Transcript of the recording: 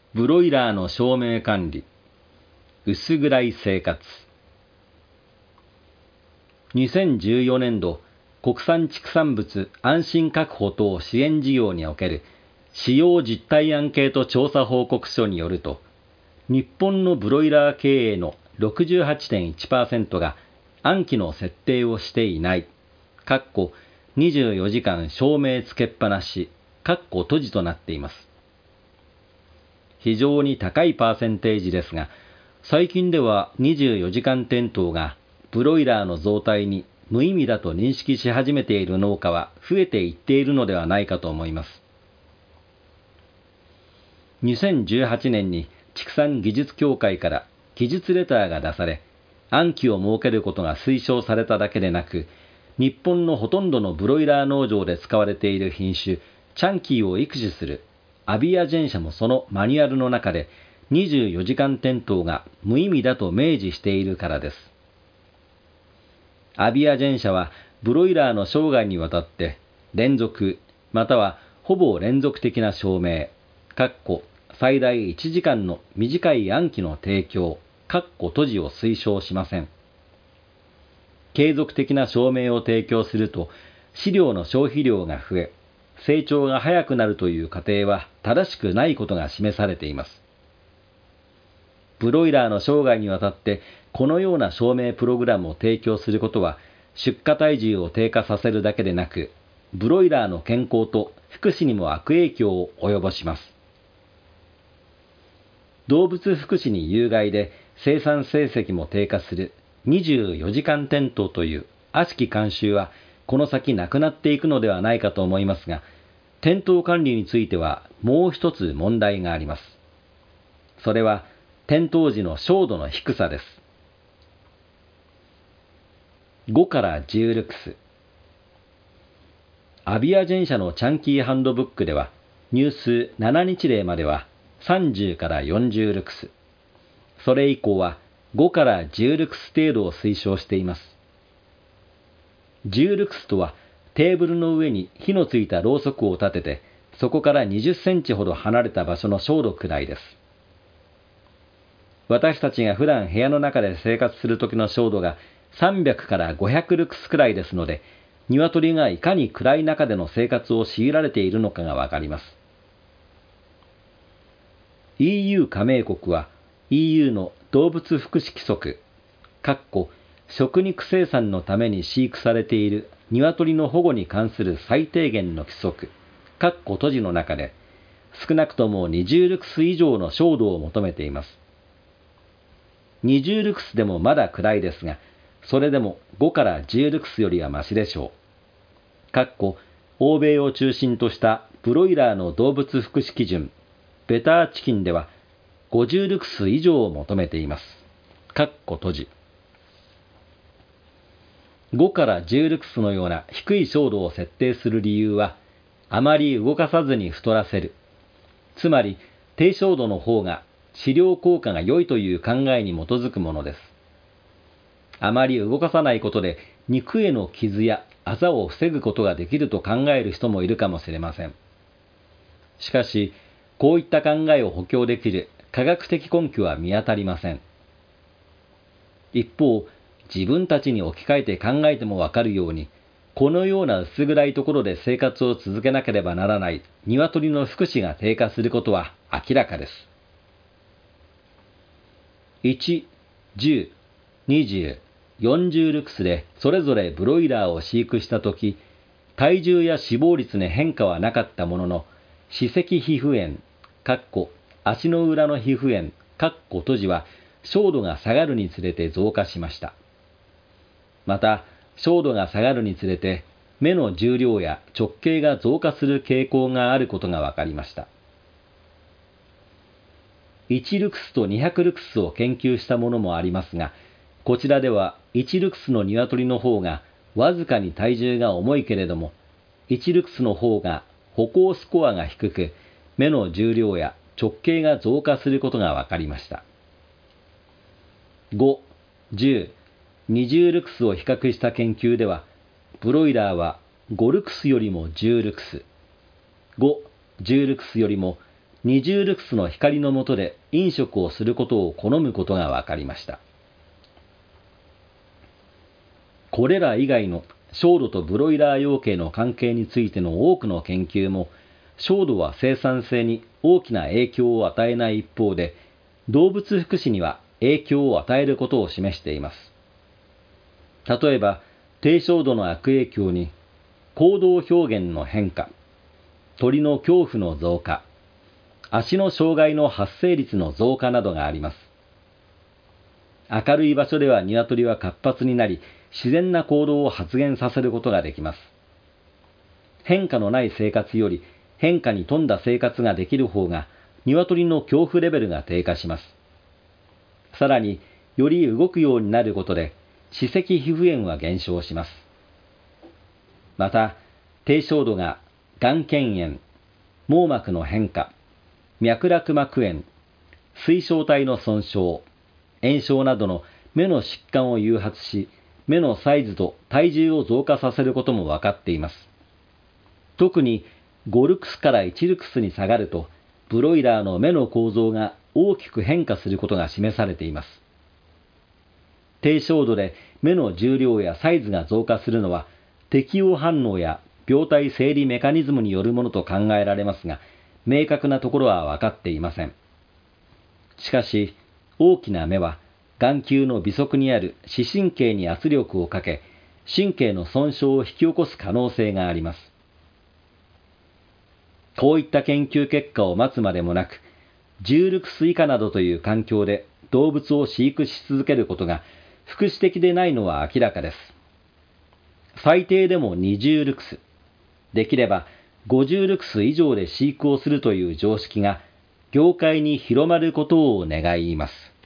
ブロイラーの照明管理、薄暗い生活。2014年度国産畜産物安心確保等支援事業における使用実態アンケート調査報告書によると、日本のブロイラー経営の 68.1% が安期の設定をしていない、24時間照明つけっぱなし、閉じとなっています。非常に高いパーセンテージですが、最近では24時間点灯がブロイラーの増体に無意味だと認識し始めている農家は増えていっているのではないかと思います。2018年に畜産技術協会から技術レターが出され、安期を設けることが推奨されただけでなく、日本のほとんどのブロイラー農場で使われている品種、チャンキーを育種するアビアジェン社もそのマニュアルの中で24時間点灯が無意味だと明示しているからです。アビアジェン社はブロイラーの生涯にわたって連続またはほぼ連続的な照明、最大1時間の短い安期の提供、閉じを推奨しません。継続的な照明を提供すると飼料の消費量が増え、成長が早くなるという過程は正しくないことが示されています。ブロイラーの生涯にわたってこのような照明プログラムを提供することは出荷体重を低下させるだけでなく、ブロイラーの健康と福祉にも悪影響を及ぼします。動物福祉に有害で生産成績も低下する24時間点灯という悪しき慣習はこの先なくなっていくのではないかと思いますが、点灯管理についてはもう一つ問題があります。それは点灯時の照度の低さです。5から10ルクス。アビアジェン社のチャンキーハンドブックでは、入数7日例までは30から40ルクス、それ以降は5から10ルクス程度を推奨しています。10ルクスとはテーブルの上に火のついたろうそくを立てて、そこから20センチほど離れた場所の照度くらいです。私たちが普段部屋の中で生活する時の照度が300から500ルクスくらいですので、鶏がいかに暗い中での生活を強いられているのかがわかります。EU 加盟国は EU の動物福祉規則、食肉生産のために飼育されている鶏の保護に関する最低限の規則、閉じの中で、少なくとも20ルクス以上の照度を求めています。20ルクスでもまだ暗いですが、それでも5から10ルクスよりはマシでしょう。欧米を中心としたブロイラーの動物福祉基準、ベターチキンでは50ルクス以上を求めています。閉じ。5から10ルクスのような低い照度を設定する理由は、あまり動かさずに太らせる。つまり、低照度の方が飼料効果が良いという考えに基づくものです。あまり動かさないことで肉への傷やあざを防ぐことができると考える人もいるかもしれません。しかし、こういった考えを補強できる科学的根拠は見当たりません。一方、自分たちに置き換えて考えてもわかるように、このような薄暗いところで生活を続けなければならない鶏の福祉が低下することは明らかです。1、10、20、40ルクスでそれぞれブロイラーを飼育したとき、体重や死亡率に変化はなかったものの、歯石皮膚炎、足の裏の皮膚炎、閉じは照度が下がるにつれて増加しました。また、照度が下がるにつれて、目の重量や直径が増加する傾向があることが分かりました。1ルクスと200ルクスを研究したものもありますが、こちらでは1ルクスの鶏の方がわずかに体重が重いけれども、1ルクスの方が歩行スコアが低く、目の重量や直径が増加することが分かりました。5、10、20ルクスを比較した研究では、ブロイラーは5ルクスよりも10ルクス、5、10ルクスよりも 20ルクスの光の下で飲食をすることを好むことが分かりました。これら以外の焦土とブロイラー養鶏の関係についての多くの研究も、焦土は生産性に大きな影響を与えない一方で、動物福祉には影響を与えることを示しています。例えば、低焦土の悪影響に、行動表現の変化、鳥の恐怖の増加、足の障害の発生率の増加などがあります。明るい場所では鶏は活発になり、自然な行動を発現させることができます。変化のない生活より変化に富んだ生活ができる方が、鶏の恐怖レベルが低下します。さらに、より動くようになることで、歯石皮膚炎は減少します。また、低焦土が眼瞼炎、網膜の変化、脈絡膜炎、水晶体の損傷、炎症などの目の疾患を誘発し、目のサイズと体重を増加させることも分かっています。特に5ルクスから1ルクスに下がると、ブロイラーの目の構造が大きく変化することが示されています。低焦土で目の重量やサイズが増加するのは、適応反応や病態生理メカニズムによるものと考えられますが、明確なところは分かっていません。しかし、大きな目は眼球の尾側にある視神経に圧力をかけ、神経の損傷を引き起こす可能性があります。こういった研究結果を待つまでもなく、10ルクス以下などという環境で動物を飼育し続けることが福祉的でないのは明らかです。最低でも20ルクス、できれば50ルクス以上で飼育をするという常識が業界に広まることを願います。